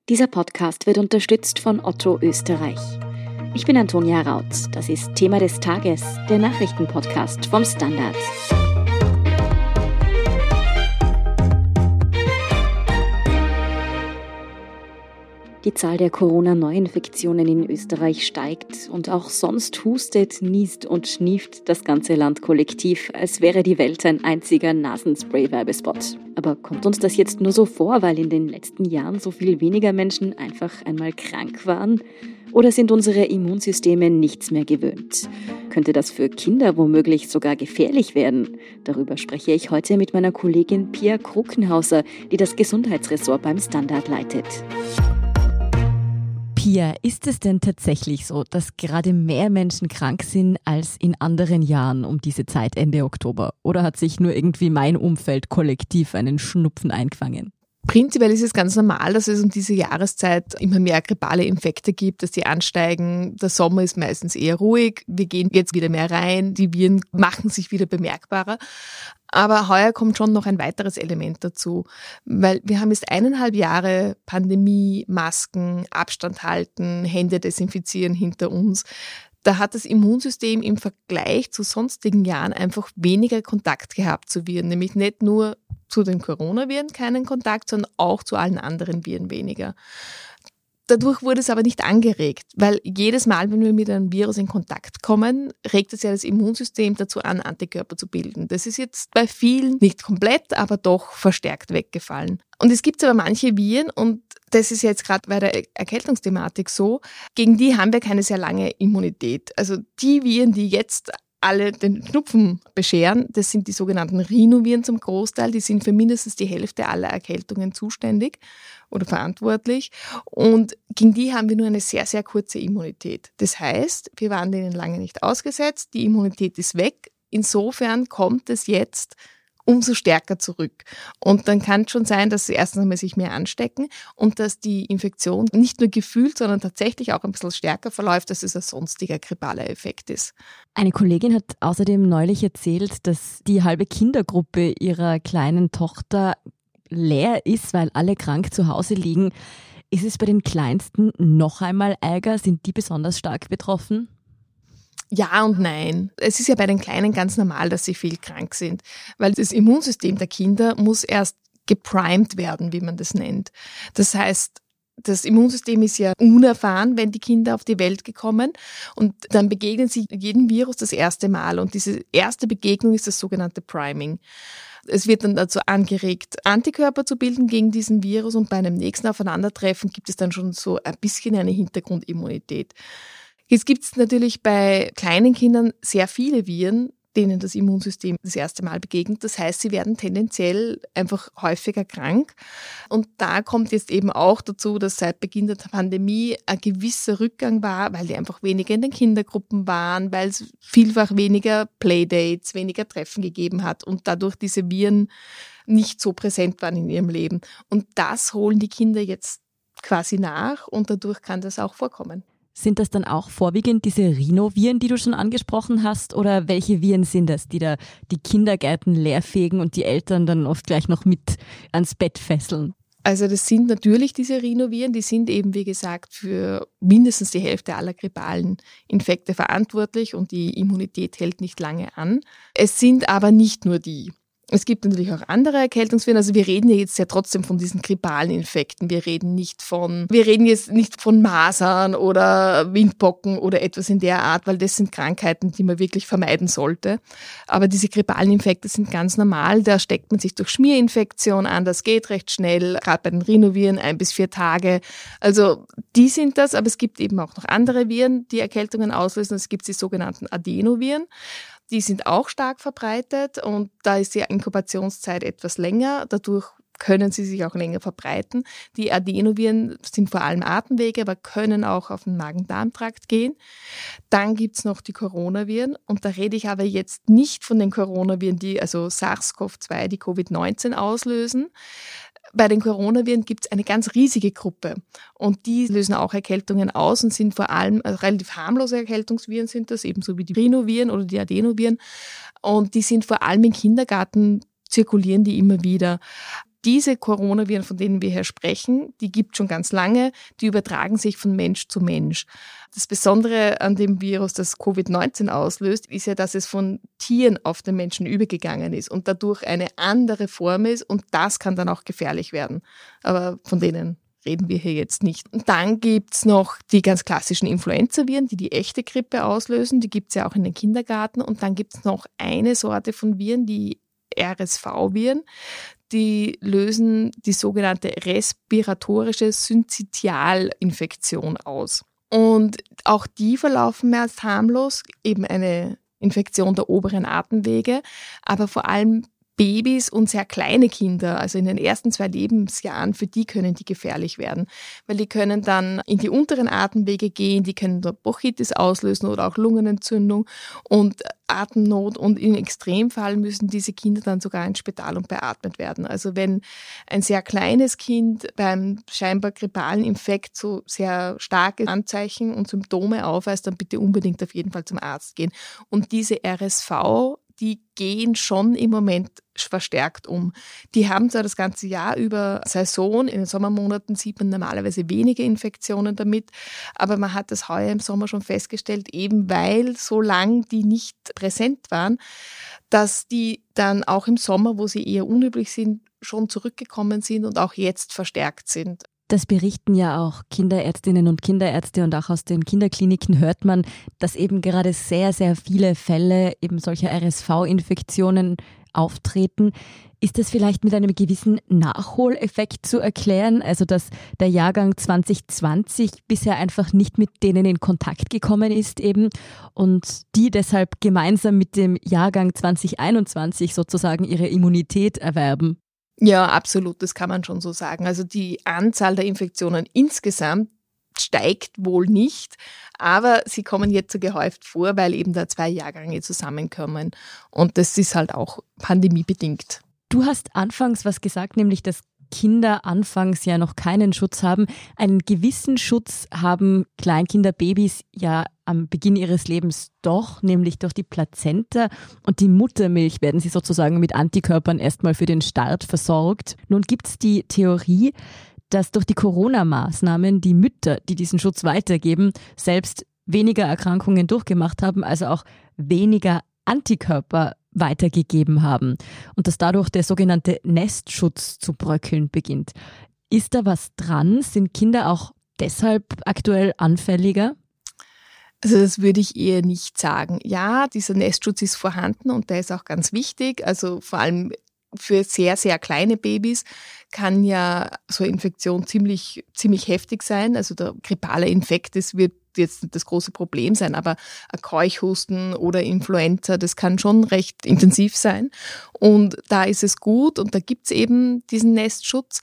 Dieser Podcast wird unterstützt von Otto Österreich. Ich bin Antonia Raut. Das ist Thema des Tages, der Nachrichtenpodcast vom Standard. Die Zahl der Corona-Neuinfektionen in Österreich steigt und auch sonst hustet, niest und schnieft das ganze Land kollektiv, als wäre die Welt ein einziger Nasenspray-Werbespot. Aber kommt uns das jetzt nur so vor, weil in den letzten Jahren so viel weniger Menschen einfach einmal krank waren? Oder sind unsere Immunsysteme nichts mehr gewöhnt? Könnte das für Kinder womöglich sogar gefährlich werden? Darüber spreche ich heute mit meiner Kollegin Pia Kruckenhauser, die das Gesundheitsressort beim Standard leitet. Pia, ist es denn tatsächlich so, dass gerade mehr Menschen krank sind als in anderen Jahren um diese Zeit Ende Oktober? Oder hat sich nur irgendwie mein Umfeld kollektiv einen Schnupfen eingefangen? Prinzipiell ist es ganz normal, dass es um diese Jahreszeit immer mehr grippale Infekte gibt, dass die ansteigen. Der Sommer ist meistens eher ruhig. Wir gehen jetzt wieder mehr rein. Die Viren machen sich wieder bemerkbarer. Aber heuer kommt schon noch ein weiteres Element dazu, weil wir haben jetzt 1,5 Jahre Pandemie, Masken, Abstand halten, Hände desinfizieren hinter uns. Da hat das Immunsystem im Vergleich zu sonstigen Jahren einfach weniger Kontakt gehabt zu Viren, nämlich nicht nur zu den Coronaviren keinen Kontakt, sondern auch zu allen anderen Viren weniger. Dadurch wurde es aber nicht angeregt, weil jedes Mal, wenn wir mit einem Virus in Kontakt kommen, regt es ja das Immunsystem dazu an, Antikörper zu bilden. Das ist jetzt bei vielen nicht komplett, aber doch verstärkt weggefallen. Und es gibt aber manche Viren, und das ist jetzt gerade bei der Erkältungsthematik so, gegen die haben wir keine sehr lange Immunität. Also die Viren, die jetzt alle den Schnupfen bescheren, das sind die sogenannten Rhinoviren zum Großteil. Die sind für mindestens die Hälfte aller Erkältungen zuständig oder verantwortlich. Und gegen die haben wir nur eine sehr, sehr kurze Immunität. Das heißt, wir waren denen lange nicht ausgesetzt, die Immunität ist weg. Insofern kommt es jetzt umso stärker zurück. Und dann kann es schon sein, dass sie erstens einmal sich mehr anstecken und dass die Infektion nicht nur gefühlt, sondern tatsächlich auch ein bisschen stärker verläuft, dass es ein sonstiger grippaler Effekt ist. Eine Kollegin hat außerdem neulich erzählt, dass die halbe Kindergruppe ihrer kleinen Tochter leer ist, weil alle krank zu Hause liegen. Ist es bei den Kleinsten noch einmal ärger? Sind die besonders stark betroffen? Ja und nein. Es ist ja bei den Kleinen ganz normal, dass sie viel krank sind, weil das Immunsystem der Kinder muss erst geprimed werden, wie man das nennt. Das heißt, das Immunsystem ist ja unerfahren, wenn die Kinder auf die Welt gekommen, und dann begegnen sie jedem Virus das erste Mal, und diese erste Begegnung ist das sogenannte Priming. Es wird dann dazu angeregt, Antikörper zu bilden gegen diesen Virus, und bei einem nächsten Aufeinandertreffen gibt es dann schon so ein bisschen eine Hintergrundimmunität. Jetzt gibt es natürlich bei kleinen Kindern sehr viele Viren, denen das Immunsystem das erste Mal begegnet. Das heißt, sie werden tendenziell einfach häufiger krank. Und da kommt jetzt eben auch dazu, dass seit Beginn der Pandemie ein gewisser Rückgang war, weil die einfach weniger in den Kindergruppen waren, weil es vielfach weniger Playdates, weniger Treffen gegeben hat und dadurch diese Viren nicht so präsent waren in ihrem Leben. Und das holen die Kinder jetzt quasi nach, und dadurch kann das auch vorkommen. Sind das dann auch vorwiegend diese Rhinoviren, die du schon angesprochen hast? Oder welche Viren sind das, die da die Kindergärten leerfegen und die Eltern dann oft gleich noch mit ans Bett fesseln? Also das sind natürlich diese Rhinoviren, die sind eben, wie gesagt, für mindestens die Hälfte aller grippalen Infekte verantwortlich, und die Immunität hält nicht lange an. Es sind aber nicht nur die. Es gibt natürlich auch andere Erkältungsviren. Also wir reden ja jetzt ja trotzdem von diesen grippalen Infekten. Wir reden jetzt nicht von Masern oder Windpocken oder etwas in der Art, weil das sind Krankheiten, die man wirklich vermeiden sollte. Aber diese grippalen Infekte sind ganz normal. Da steckt man sich durch Schmierinfektion an. Das geht recht schnell. Gerade bei den Rhinoviren 1 bis 4 Tage. Also die sind das. Aber es gibt eben auch noch andere Viren, die Erkältungen auslösen. Es gibt die sogenannten Adenoviren. Die sind auch stark verbreitet, und da ist die Inkubationszeit etwas länger. Dadurch können sie sich auch länger verbreiten. Die Adenoviren sind vor allem Atemwege, aber können auch auf den Magen-Darm-Trakt gehen. Dann gibt's noch die Coronaviren, und da rede ich aber jetzt nicht von den Coronaviren, die also SARS-CoV-2, die Covid-19 auslösen. Bei den Coronaviren gibt es eine ganz riesige Gruppe, und die lösen auch Erkältungen aus und sind vor allem relativ harmlose Erkältungsviren, sind das ebenso wie die Rhinoviren oder die Adenoviren, und die sind vor allem im Kindergarten, zirkulieren die immer wieder. diese Coronaviren, von denen wir hier sprechen, die gibt es schon ganz lange, die übertragen sich von Mensch zu Mensch. Das Besondere an dem Virus, das Covid-19 auslöst, ist ja, dass es von Tieren auf den Menschen übergegangen ist und dadurch eine andere Form ist und das kann dann auch gefährlich werden. Aber von denen reden wir hier jetzt nicht. Und dann gibt's noch die ganz klassischen Influenza-Viren, die echte Grippe auslösen. Die gibt's ja auch in den Kindergarten. Und dann gibt's noch eine Sorte von Viren, die RSV-Viren. Die lösen die sogenannte respiratorische Synzytialinfektion aus. Und auch die verlaufen meist harmlos, eben eine Infektion der oberen Atemwege, aber vor allem Babys und sehr kleine Kinder, also in den ersten 2 Lebensjahren, für die können die gefährlich werden, weil die können dann in die unteren Atemwege gehen, die können dort Bronchitis auslösen oder auch Lungenentzündung und Atemnot und im Extremfall müssen diese Kinder dann sogar ins Spital und beatmet werden. Also wenn ein sehr kleines Kind beim scheinbar grippalen Infekt so sehr starke Anzeichen und Symptome aufweist, dann bitte unbedingt auf jeden Fall zum Arzt gehen. Und diese RSV, die gehen schon im Moment verstärkt um. Die haben zwar das ganze Jahr über Saison, in den Sommermonaten sieht man normalerweise wenige Infektionen damit, aber man hat das heuer im Sommer schon festgestellt, eben weil so lang die nicht präsent waren, dass die dann auch im Sommer, wo sie eher unüblich sind, schon zurückgekommen sind und auch jetzt verstärkt sind. Das berichten ja auch Kinderärztinnen und Kinderärzte und auch aus den Kinderkliniken hört man, dass eben gerade sehr, sehr viele Fälle eben solcher RSV-Infektionen auftreten. Ist das vielleicht mit einem gewissen Nachholeffekt zu erklären? Also dass der Jahrgang 2020 bisher einfach nicht mit denen in Kontakt gekommen ist eben und die deshalb gemeinsam mit dem Jahrgang 2021 sozusagen ihre Immunität erwerben? Ja, absolut, das kann man schon so sagen. Also die Anzahl der Infektionen insgesamt steigt wohl nicht, aber sie kommen jetzt so gehäuft vor, weil eben da 2 Jahrgänge zusammenkommen und das ist halt auch pandemiebedingt. Du hast anfangs was gesagt, nämlich dass Kinder anfangs ja noch keinen Schutz haben. Einen gewissen Schutz haben Kleinkinder, Babys ja am Beginn ihres Lebens doch, nämlich durch die Plazenta und die Muttermilch werden sie sozusagen mit Antikörpern erstmal für den Start versorgt. Nun gibt es die Theorie, dass durch die Corona-Maßnahmen die Mütter, die diesen Schutz weitergeben, selbst weniger Erkrankungen durchgemacht haben, also auch weniger Antikörper weitergegeben haben und dass dadurch der sogenannte Nestschutz zu bröckeln beginnt. Ist da was dran? Sind Kinder auch deshalb aktuell anfälliger? Also das würde ich eher nicht sagen. Ja, dieser Nestschutz ist vorhanden und der ist auch ganz wichtig. Also vor allem für sehr, sehr kleine Babys kann ja so eine Infektion ziemlich heftig sein. Also der grippale Infekt, das wird jetzt nicht das große Problem sein, aber ein Keuchhusten oder Influenza, das kann schon recht intensiv sein. Und da ist es gut und da gibt's eben diesen Nestschutz.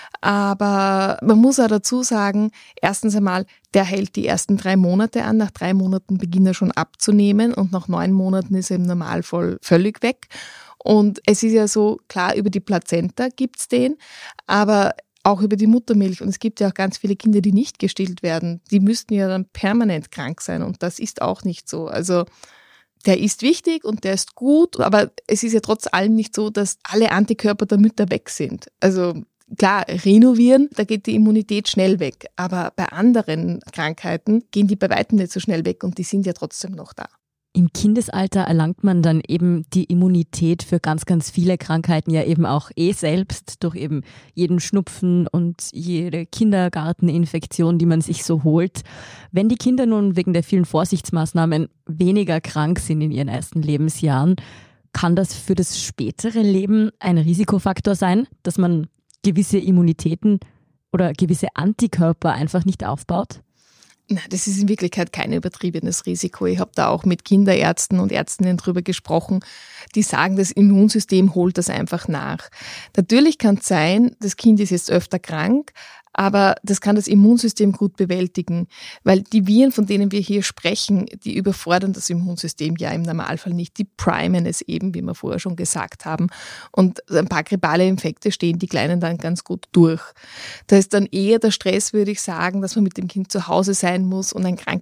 Aber man muss auch dazu sagen, erstens einmal, der hält die ersten 3 Monate an. Nach 3 Monaten beginnt er schon abzunehmen und nach 9 Monaten ist er im Normalfall völlig weg. Und es ist ja so, klar, über die Plazenta gibt's den, aber auch über die Muttermilch. Und es gibt ja auch ganz viele Kinder, die nicht gestillt werden. Die müssten ja dann permanent krank sein und das ist auch nicht so. Also der ist wichtig und der ist gut, aber es ist ja trotz allem nicht so, dass alle Antikörper der Mütter weg sind. Also klar, Rhinoviren, da geht die Immunität schnell weg. Aber bei anderen Krankheiten gehen die bei weitem nicht so schnell weg und die sind ja trotzdem noch da. Im Kindesalter erlangt man dann eben die Immunität für ganz, ganz viele Krankheiten ja eben auch selbst durch eben jeden Schnupfen und jede Kindergarteninfektion, die man sich so holt. Wenn die Kinder nun wegen der vielen Vorsichtsmaßnahmen weniger krank sind in ihren ersten Lebensjahren, kann das für das spätere Leben ein Risikofaktor sein, dass man gewisse Immunitäten oder gewisse Antikörper einfach nicht aufbaut? Na, das ist in Wirklichkeit kein übertriebenes Risiko. Ich habe da auch mit Kinderärzten und Ärztinnen drüber gesprochen, die sagen, das Immunsystem holt das einfach nach. Natürlich kann es sein, das Kind ist jetzt öfter krank, aber das kann das Immunsystem gut bewältigen, weil die Viren, von denen wir hier sprechen, die überfordern das Immunsystem ja im Normalfall nicht. Die primen es eben, wie wir vorher schon gesagt haben. Und ein paar grippale Infekte stehen die Kleinen dann ganz gut durch. Da ist dann eher der Stress, würde ich sagen, dass man mit dem Kind zu Hause sein muss und ein krankes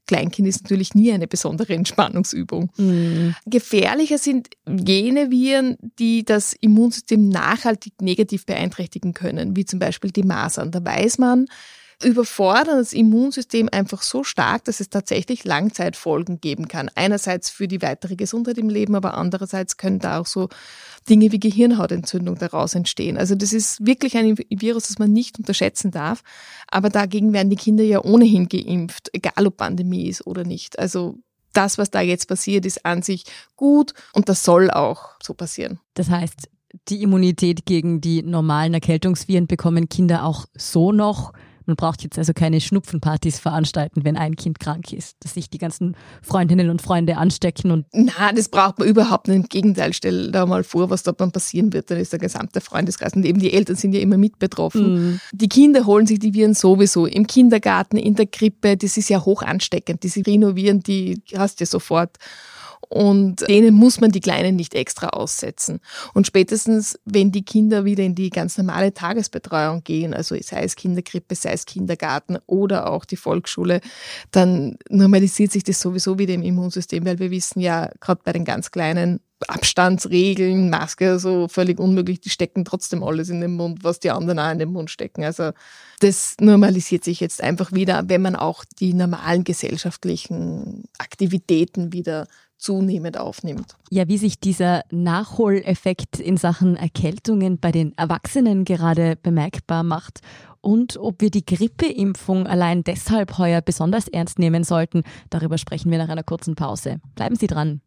Kleinkind ist natürlich nie eine besondere Entspannungsübung. Gefährlicher sind jene Viren, die das Immunsystem nachhaltig negativ beeinträchtigen können, wie zum Beispiel die Masern. Da weiß man, überfordern das Immunsystem einfach so stark, dass es tatsächlich Langzeitfolgen geben kann. Einerseits für die weitere Gesundheit im Leben, aber andererseits können da auch so Dinge wie Gehirnhautentzündung daraus entstehen. Also das ist wirklich ein Virus, das man nicht unterschätzen darf. Aber dagegen werden die Kinder ja ohnehin geimpft, egal ob Pandemie ist oder nicht. Also das, was da jetzt passiert, ist an sich gut und das soll auch so passieren. Das heißt, die Immunität gegen die normalen Erkältungsviren bekommen Kinder auch so noch. Man braucht jetzt also keine Schnupfenpartys veranstalten, wenn ein Kind krank ist, dass sich die ganzen Freundinnen und Freunde anstecken. Na, das braucht man überhaupt nicht. Im Gegenteil, stell da mal vor, was da dann passieren wird. Dann ist der gesamte Freundeskreis und eben die Eltern sind ja immer mit betroffen. Die Kinder holen sich die Viren sowieso im Kindergarten, in der Krippe. Das ist ja hoch ansteckend. Diese Rhinoviren, die hast du ja sofort. Und denen muss man die Kleinen nicht extra aussetzen. Und spätestens, wenn die Kinder wieder in die ganz normale Tagesbetreuung gehen, also sei es Kinderkrippe, sei es Kindergarten oder auch die Volksschule, dann normalisiert sich das sowieso wieder im Immunsystem, weil wir wissen ja, gerade bei den ganz Kleinen, Abstandsregeln, Maske, so völlig unmöglich, die stecken trotzdem alles in den Mund, was die anderen auch in den Mund stecken. Also das normalisiert sich jetzt einfach wieder, wenn man auch die normalen gesellschaftlichen Aktivitäten wieder zunehmend aufnimmt. Ja, wie sich dieser Nachholeffekt in Sachen Erkältungen bei den Erwachsenen gerade bemerkbar macht und ob wir die Grippeimpfung allein deshalb heuer besonders ernst nehmen sollten, darüber sprechen wir nach einer kurzen Pause. Bleiben Sie dran.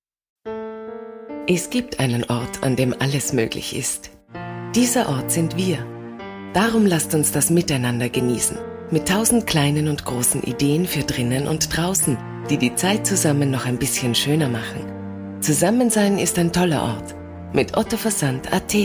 Es gibt einen Ort, an dem alles möglich ist. Dieser Ort sind wir. Darum lasst uns das Miteinander genießen. Mit 1000 kleinen und großen Ideen für drinnen und draußen, die die Zeit zusammen noch ein bisschen schöner machen. Zusammensein ist ein toller Ort. Mit Otto Versand.at.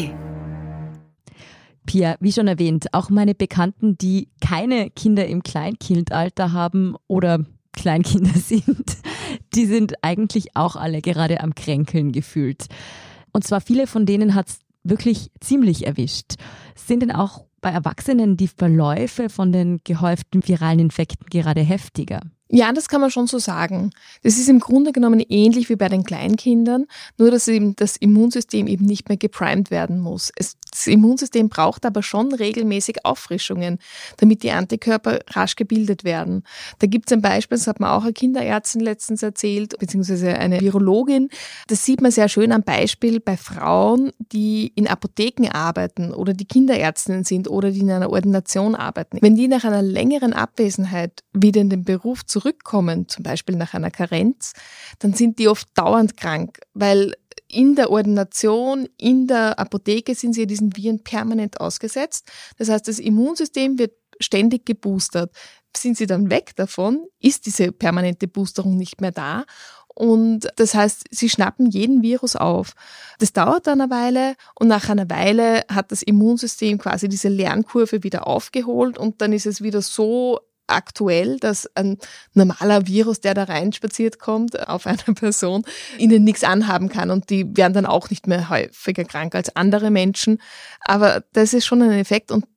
Pia, wie schon erwähnt, auch meine Bekannten, die keine Kinder im Kleinkindalter haben oder Kleinkinder sind, die sind eigentlich auch alle gerade am Kränkeln gefühlt. Und zwar viele von denen hat es wirklich ziemlich erwischt. Sind denn auch bei Erwachsenen die Verläufe von den gehäuften viralen Infekten gerade heftiger? Ja, das kann man schon so sagen. Das ist im Grunde genommen ähnlich wie bei den Kleinkindern, nur dass eben das Immunsystem eben nicht mehr geprimed werden muss. Das Immunsystem braucht aber schon regelmäßig Auffrischungen, damit die Antikörper rasch gebildet werden. Da gibt es ein Beispiel, das hat mir auch eine Kinderärztin letztens erzählt, beziehungsweise eine Virologin. Das sieht man sehr schön am Beispiel bei Frauen, die in Apotheken arbeiten oder die Kinderärztinnen sind oder die in einer Ordination arbeiten. Wenn die nach einer längeren Abwesenheit wieder in den Beruf zurückkommen, zum Beispiel nach einer Karenz, dann sind die oft dauernd krank, weil in der Ordination, in der Apotheke sind sie diesen Viren permanent ausgesetzt. Das heißt, das Immunsystem wird ständig geboostert. Sind sie dann weg davon, ist diese permanente Boosterung nicht mehr da. Und das heißt, sie schnappen jeden Virus auf. Das dauert dann eine Weile und nach einer Weile hat das Immunsystem quasi diese Lernkurve wieder aufgeholt und dann ist es wieder so aktuell, dass ein normaler Virus, der da reinspaziert kommt auf eine Person, ihnen nichts anhaben kann und die werden dann auch nicht mehr häufiger krank als andere Menschen. Aber das ist schon ein Effekt und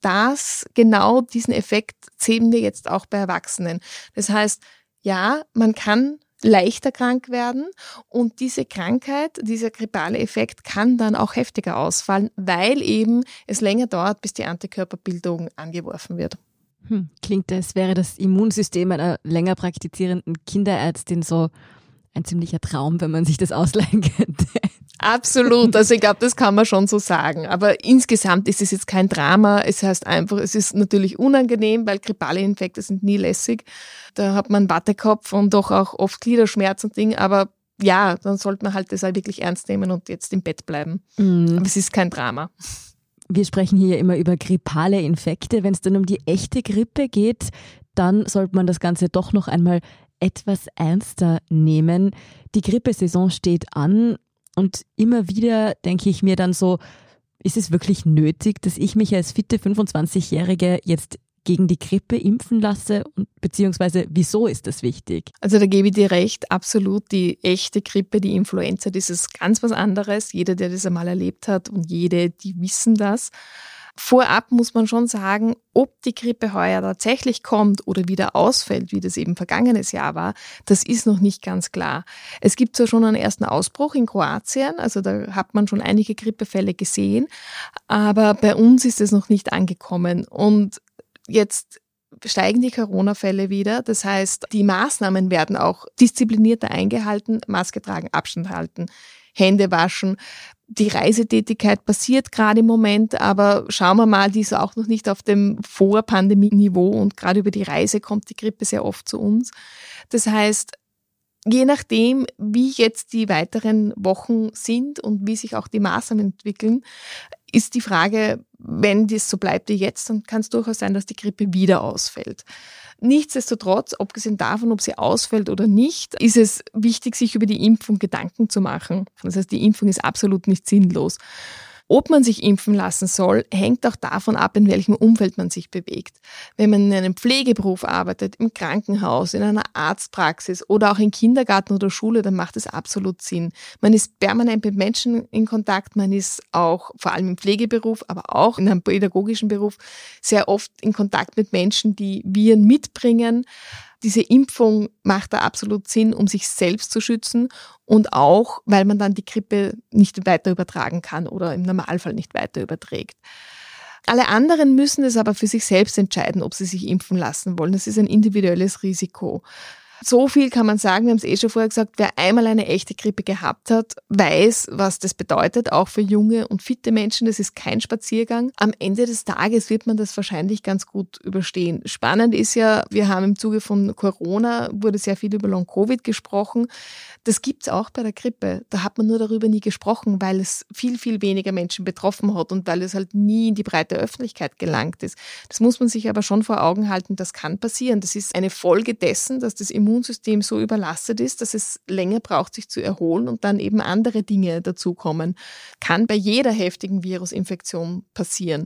genau diesen Effekt sehen wir jetzt auch bei Erwachsenen. Das heißt, ja, man kann leichter krank werden und diese Krankheit, dieser grippale Effekt kann dann auch heftiger ausfallen, weil eben es länger dauert, bis die Antikörperbildung angeworfen wird. Klingt, als wäre das Immunsystem einer länger praktizierenden Kinderärztin so ein ziemlicher Traum, wenn man sich das ausleihen könnte. Absolut, also ich glaube, das kann man schon so sagen. Aber insgesamt ist es jetzt kein Drama. Es heißt einfach, es ist natürlich unangenehm, weil grippale Infekte sind nie lässig. Da hat man einen Wattekopf und doch auch oft Gliederschmerz und Ding. Aber ja, dann sollte man halt das halt wirklich ernst nehmen und jetzt im Bett bleiben. Aber es ist kein Drama. Wir sprechen hier ja immer über grippale Infekte. Wenn es dann um die echte Grippe geht, dann sollte man das Ganze doch noch einmal etwas ernster nehmen. Die Grippesaison steht an und immer wieder denke ich mir dann so, ist es wirklich nötig, dass ich mich als fitte 25-Jährige jetzt gegen die Grippe impfen lasse? Beziehungsweise, wieso ist das wichtig? Also da gebe ich dir recht, absolut. Die echte Grippe, die Influenza, das ist ganz was anderes. Jeder, der das einmal erlebt hat und jede, die wissen das. Vorab muss man schon sagen, ob die Grippe heuer tatsächlich kommt oder wieder ausfällt, wie das eben vergangenes Jahr war, das ist noch nicht ganz klar. Es gibt zwar schon einen ersten Ausbruch in Kroatien, also da hat man schon einige Grippefälle gesehen, aber bei uns ist es noch nicht angekommen. Und jetzt steigen die Corona-Fälle wieder. Das heißt, die Maßnahmen werden auch disziplinierter eingehalten, Maske tragen, Abstand halten, Hände waschen. Die Reisetätigkeit passiert gerade im Moment, aber schauen wir mal, die ist auch noch nicht auf dem Vor-Pandemie-Niveau und gerade über die Reise kommt die Grippe sehr oft zu uns. Das heißt, je nachdem, wie jetzt die weiteren Wochen sind und wie sich auch die Maßnahmen entwickeln, ist die Frage, wenn das so bleibt wie jetzt, dann kann es durchaus sein, dass die Grippe wieder ausfällt. Nichtsdestotrotz, abgesehen davon, ob sie ausfällt oder nicht, ist es wichtig, sich über die Impfung Gedanken zu machen. Das heißt, die Impfung ist absolut nicht sinnlos. Ob man sich impfen lassen soll, hängt auch davon ab, in welchem Umfeld man sich bewegt. Wenn man in einem Pflegeberuf arbeitet, im Krankenhaus, in einer Arztpraxis oder auch in Kindergarten oder Schule, dann macht es absolut Sinn. Man ist permanent mit Menschen in Kontakt, man ist auch, vor allem im Pflegeberuf, aber auch in einem pädagogischen Beruf, sehr oft in Kontakt mit Menschen, die Viren mitbringen. Diese Impfung macht da absolut Sinn, um sich selbst zu schützen und auch, weil man dann die Grippe nicht weiter übertragen kann oder im Normalfall nicht weiter überträgt. Alle anderen müssen es aber für sich selbst entscheiden, ob sie sich impfen lassen wollen. Das ist ein individuelles Risiko. So viel kann man sagen, wir haben es schon vorher gesagt, wer einmal eine echte Grippe gehabt hat, weiß, was das bedeutet, auch für junge und fitte Menschen. Das ist kein Spaziergang. Am Ende des Tages wird man das wahrscheinlich ganz gut überstehen. Spannend ist ja, wir haben im Zuge von Corona, wurde sehr viel über Long-Covid gesprochen. Das gibt's auch bei der Grippe. Da hat man nur darüber nie gesprochen, weil es viel, viel weniger Menschen betroffen hat und weil es halt nie in die breite Öffentlichkeit gelangt ist. Das muss man sich aber schon vor Augen halten, das kann passieren. Das ist eine Folge dessen, dass das Immunsystem so überlastet ist, dass es länger braucht, sich zu erholen und dann eben andere Dinge dazukommen. Kann bei jeder heftigen Virusinfektion passieren.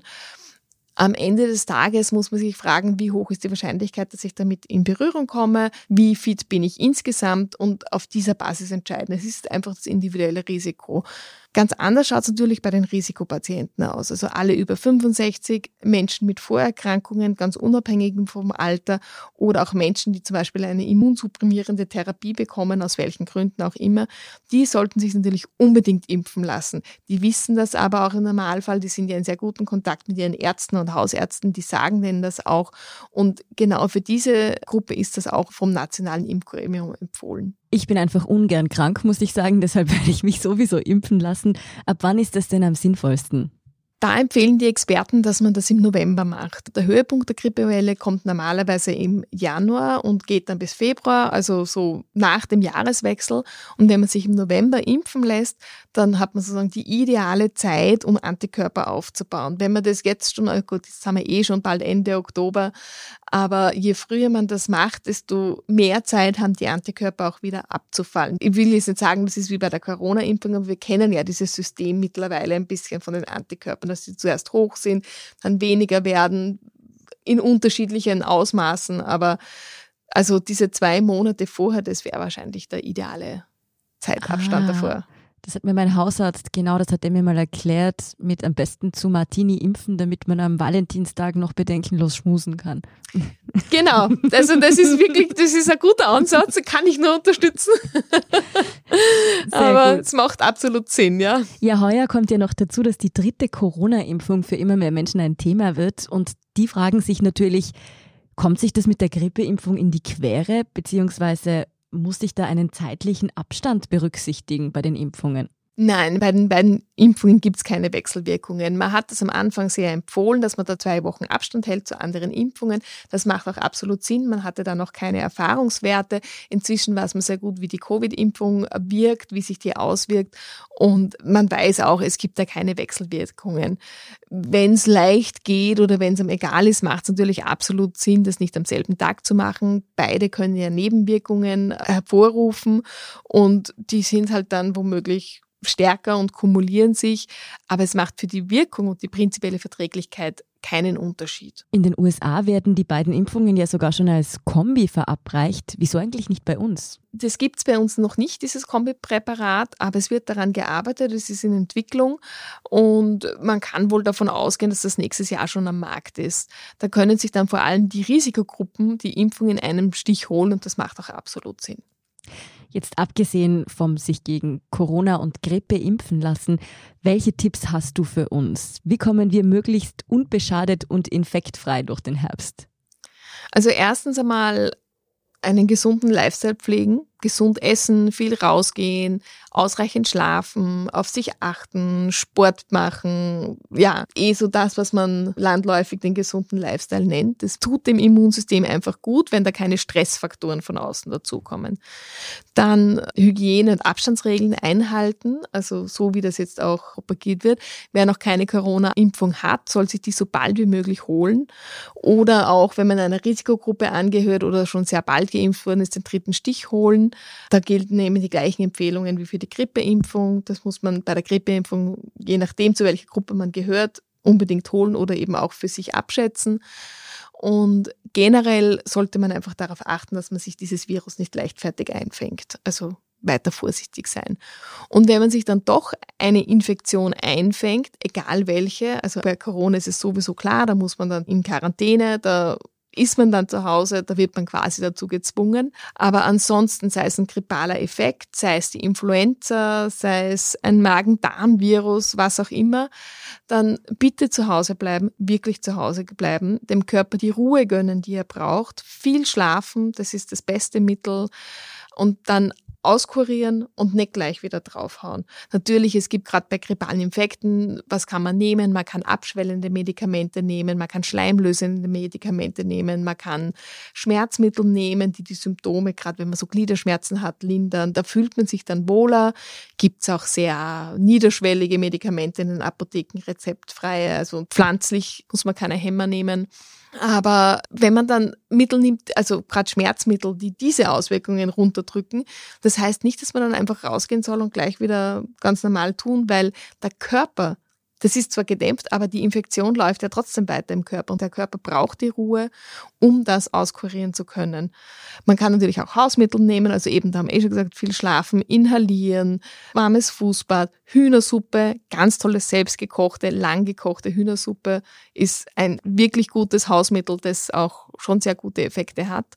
Am Ende des Tages muss man sich fragen, wie hoch ist die Wahrscheinlichkeit, dass ich damit in Berührung komme, wie fit bin ich insgesamt und auf dieser Basis entscheiden. Es ist einfach das individuelle Risiko. Ganz anders schaut es natürlich bei den Risikopatienten aus. Also alle über 65, Menschen mit Vorerkrankungen, ganz unabhängig vom Alter oder auch Menschen, die zum Beispiel eine immunsupprimierende Therapie bekommen, aus welchen Gründen auch immer, die sollten sich natürlich unbedingt impfen lassen. Die wissen das aber auch im Normalfall, die sind ja in sehr guten Kontakt mit ihren Ärzten und Hausärzten, die sagen denen das auch. Und genau für diese Gruppe ist das auch vom Nationalen Impfgremium empfohlen. Ich bin einfach ungern krank, muss ich sagen, deshalb werde ich mich sowieso impfen lassen. Ab wann ist das denn am sinnvollsten? Da empfehlen die Experten, dass man das im November macht. Der Höhepunkt der Grippewelle kommt normalerweise im Januar und geht dann bis Februar, also so nach dem Jahreswechsel. Und wenn man sich im November impfen lässt, dann hat man sozusagen die ideale Zeit, um Antikörper aufzubauen. Wenn man das jetzt schon, gut, jetzt haben wir schon bald Ende Oktober, aber je früher man das macht, desto mehr Zeit haben die Antikörper auch wieder abzufallen. Ich will jetzt nicht sagen, das ist wie bei der Corona-Impfung, aber wir kennen ja dieses System mittlerweile ein bisschen von den Antikörpern, dass sie zuerst hoch sind, dann weniger werden, in unterschiedlichen Ausmaßen. Aber also diese 2 Monate vorher, das wäre wahrscheinlich der ideale Zeitabstand davor. Das hat mir mein Hausarzt, genau das hat er mir mal erklärt, mit am besten zu Martini impfen, damit man am Valentinstag noch bedenkenlos schmusen kann. Genau, also das ist ein guter Ansatz, kann ich nur unterstützen. Aber es macht absolut Sinn, ja. Ja, heuer kommt ja noch dazu, dass die 3. Corona-Impfung für immer mehr Menschen ein Thema wird und die fragen sich natürlich, kommt sich das mit der Grippeimpfung in die Quere, beziehungsweise muss ich da einen zeitlichen Abstand berücksichtigen bei den Impfungen? Nein, bei den beiden Impfungen gibt es keine Wechselwirkungen. Man hat das am Anfang sehr empfohlen, dass man da 2 Wochen Abstand hält zu anderen Impfungen. Das macht auch absolut Sinn. Man hatte da noch keine Erfahrungswerte. Inzwischen weiß man sehr gut, wie die Covid-Impfung wirkt, wie sich die auswirkt. Und man weiß auch, es gibt da keine Wechselwirkungen. Wenn es leicht geht oder wenn es einem egal ist, macht es natürlich absolut Sinn, das nicht am selben Tag zu machen. Beide können ja Nebenwirkungen hervorrufen und die sind halt dann womöglich stärker und kumulieren sich, aber es macht für die Wirkung und die prinzipielle Verträglichkeit keinen Unterschied. In den USA werden die beiden Impfungen ja sogar schon als Kombi verabreicht. Wieso eigentlich nicht bei uns? Das gibt es bei uns noch nicht, dieses Kombipräparat, aber es wird daran gearbeitet, es ist in Entwicklung und man kann wohl davon ausgehen, dass das nächstes Jahr schon am Markt ist. Da können sich dann vor allem die Risikogruppen die Impfung in einem Stich holen und das macht auch absolut Sinn. Jetzt abgesehen vom sich gegen Corona und Grippe impfen lassen, welche Tipps hast du für uns? Wie kommen wir möglichst unbeschadet und infektfrei durch den Herbst? Also erstens einmal einen gesunden Lifestyle pflegen, gesund essen, viel rausgehen, ausreichend schlafen, auf sich achten, Sport machen. Ja, so das, was man landläufig den gesunden Lifestyle nennt. Das tut dem Immunsystem einfach gut, wenn da keine Stressfaktoren von außen dazukommen. Dann Hygiene- und Abstandsregeln einhalten, also so wie das jetzt auch propagiert wird. Wer noch keine Corona-Impfung hat, soll sich die so bald wie möglich holen. Oder auch, wenn man einer Risikogruppe angehört oder schon sehr bald geimpft worden ist, den 3. Stich holen. Da gelten eben die gleichen Empfehlungen wie für die Grippeimpfung. Das muss man bei der Grippeimpfung, je nachdem, zu welcher Gruppe man gehört, unbedingt holen oder eben auch für sich abschätzen. Und generell sollte man einfach darauf achten, dass man sich dieses Virus nicht leichtfertig einfängt. Also weiter vorsichtig sein. Und wenn man sich dann doch eine Infektion einfängt, egal welche, also bei Corona ist es sowieso klar, da muss man dann in Quarantäne, da ist man dann zu Hause, da wird man quasi dazu gezwungen. Aber ansonsten, sei es ein grippaler Effekt, sei es die Influenza, sei es ein Magen-Darm-Virus, was auch immer, dann bitte zu Hause bleiben, wirklich zu Hause bleiben, dem Körper die Ruhe gönnen, die er braucht, viel schlafen, das ist das beste Mittel und dann auskurieren und nicht gleich wieder draufhauen. Natürlich, es gibt gerade bei grippalen Infekten, was kann man nehmen? Man kann abschwellende Medikamente nehmen, man kann schleimlösende Medikamente nehmen, man kann Schmerzmittel nehmen, die Symptome, gerade wenn man so Gliederschmerzen hat, lindern. Da fühlt man sich dann wohler. Gibt es auch sehr niederschwellige Medikamente in den Apotheken, rezeptfreie, also pflanzlich muss man keine Hämmer nehmen. Aber wenn man dann Mittel nimmt, also gerade Schmerzmittel, die diese Auswirkungen runterdrücken, das heißt nicht, dass man dann einfach rausgehen soll und gleich wieder ganz normal tun, weil der Körper, das ist zwar gedämpft, aber die Infektion läuft ja trotzdem weiter im Körper und der Körper braucht die Ruhe, um das auskurieren zu können. Man kann natürlich auch Hausmittel nehmen, also eben, da haben wir schon gesagt, viel schlafen, inhalieren, warmes Fußbad, Hühnersuppe, ganz tolle selbstgekochte, lang gekochte Hühnersuppe ist ein wirklich gutes Hausmittel, das auch schon sehr gute Effekte hat.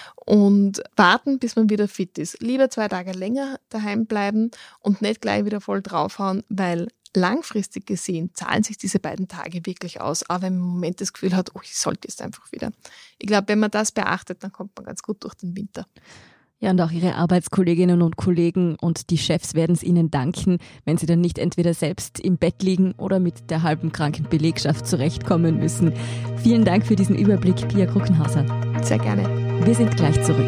Und warten, bis man wieder fit ist. Lieber 2 Tage länger daheim bleiben und nicht gleich wieder voll draufhauen, weil langfristig gesehen zahlen sich diese beiden Tage wirklich aus, aber wenn man im Moment das Gefühl hat, ich sollte jetzt einfach wieder. Ich glaube, wenn man das beachtet, dann kommt man ganz gut durch den Winter. Ja, und auch Ihre Arbeitskolleginnen und Kollegen und die Chefs werden es Ihnen danken, wenn Sie dann nicht entweder selbst im Bett liegen oder mit der halben kranken Belegschaft zurechtkommen müssen. Vielen Dank für diesen Überblick, Pia Kruckenhauser. Sehr gerne. Wir sind gleich zurück.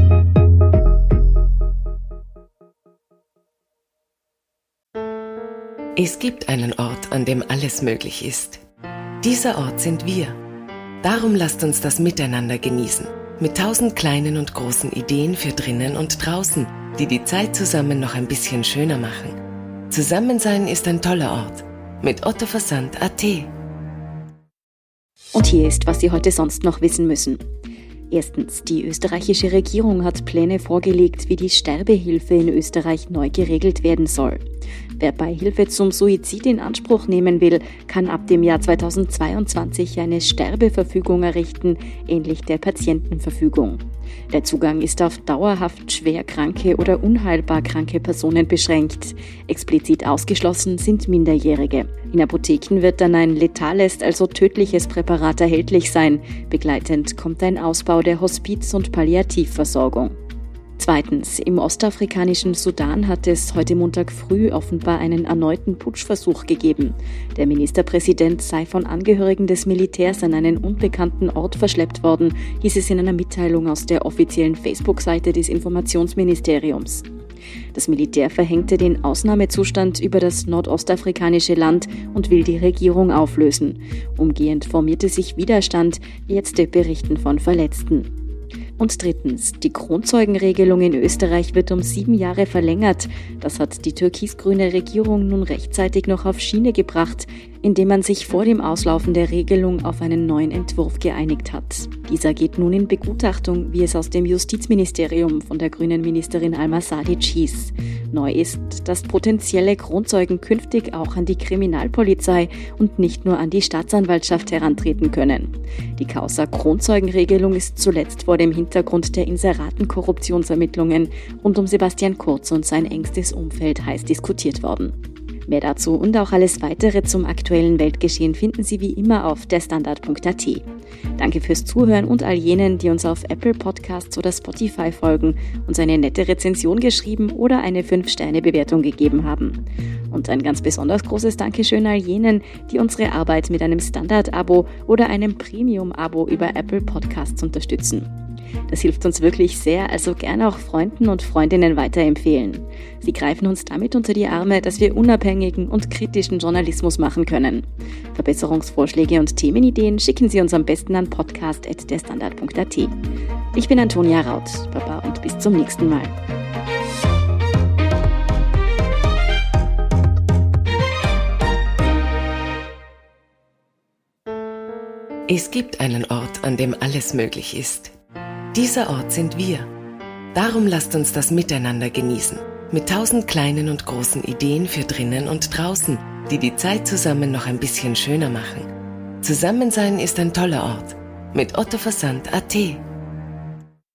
Es gibt einen Ort, an dem alles möglich ist. Dieser Ort sind wir. Darum lasst uns das miteinander genießen. Mit 1000 kleinen und großen Ideen für drinnen und draußen, die die Zeit zusammen noch ein bisschen schöner machen. Zusammensein ist ein toller Ort. Mit Otto Versand.at. Und hier ist, was Sie heute sonst noch wissen müssen. Erstens, die österreichische Regierung hat Pläne vorgelegt, wie die Sterbehilfe in Österreich neu geregelt werden soll. Wer Beihilfe zum Suizid in Anspruch nehmen will, kann ab dem Jahr 2022 eine Sterbeverfügung errichten, ähnlich der Patientenverfügung. Der Zugang ist auf dauerhaft schwer kranke oder unheilbar kranke Personen beschränkt. Explizit ausgeschlossen sind Minderjährige. In Apotheken wird dann ein letales, also tödliches Präparat erhältlich sein. Begleitend kommt ein Ausbau der Hospiz- und Palliativversorgung. Zweitens, im ostafrikanischen Sudan hat es heute Montag früh offenbar einen erneuten Putschversuch gegeben. Der Ministerpräsident sei von Angehörigen des Militärs an einen unbekannten Ort verschleppt worden, hieß es in einer Mitteilung aus der offiziellen Facebook-Seite des Informationsministeriums. Das Militär verhängte den Ausnahmezustand über das nordostafrikanische Land und will die Regierung auflösen. Umgehend formierte sich Widerstand, Ärzte berichten von Verletzten. Und drittens, die Kronzeugenregelung in Österreich wird um 7 Jahre verlängert. Das hat die türkis-grüne Regierung nun rechtzeitig noch auf Schiene gebracht, indem man sich vor dem Auslaufen der Regelung auf einen neuen Entwurf geeinigt hat. Dieser geht nun in Begutachtung, wie es aus dem Justizministerium von der grünen Ministerin Alma Sadic hieß. Neu ist, dass potenzielle Kronzeugen künftig auch an die Kriminalpolizei und nicht nur an die Staatsanwaltschaft herantreten können. Die Causa Kronzeugenregelung ist zuletzt vor dem Hintergrund der Inseraten-Korruptionsermittlungen rund um Sebastian Kurz und sein engstes Umfeld heiß diskutiert worden. Mehr dazu und auch alles weitere zum aktuellen Weltgeschehen finden Sie wie immer auf derstandard.at. Danke fürs Zuhören und all jenen, die uns auf Apple Podcasts oder Spotify folgen, uns eine nette Rezension geschrieben oder eine 5-Sterne-Bewertung gegeben haben. Und ein ganz besonders großes Dankeschön all jenen, die unsere Arbeit mit einem Standard-Abo oder einem Premium-Abo über Apple Podcasts unterstützen. Das hilft uns wirklich sehr, also gerne auch Freunden und Freundinnen weiterempfehlen. Sie greifen uns damit unter die Arme, dass wir unabhängigen und kritischen Journalismus machen können. Verbesserungsvorschläge und Themenideen schicken Sie uns am besten an podcast@derstandard.at. Ich bin Antonia Raut. Baba und bis zum nächsten Mal. Es gibt einen Ort, an dem alles möglich ist. Dieser Ort sind wir. Darum lasst uns das Miteinander genießen. Mit 1000 kleinen und großen Ideen für drinnen und draußen, die die Zeit zusammen noch ein bisschen schöner machen. Zusammensein ist ein toller Ort. Mit Otto Versand.at.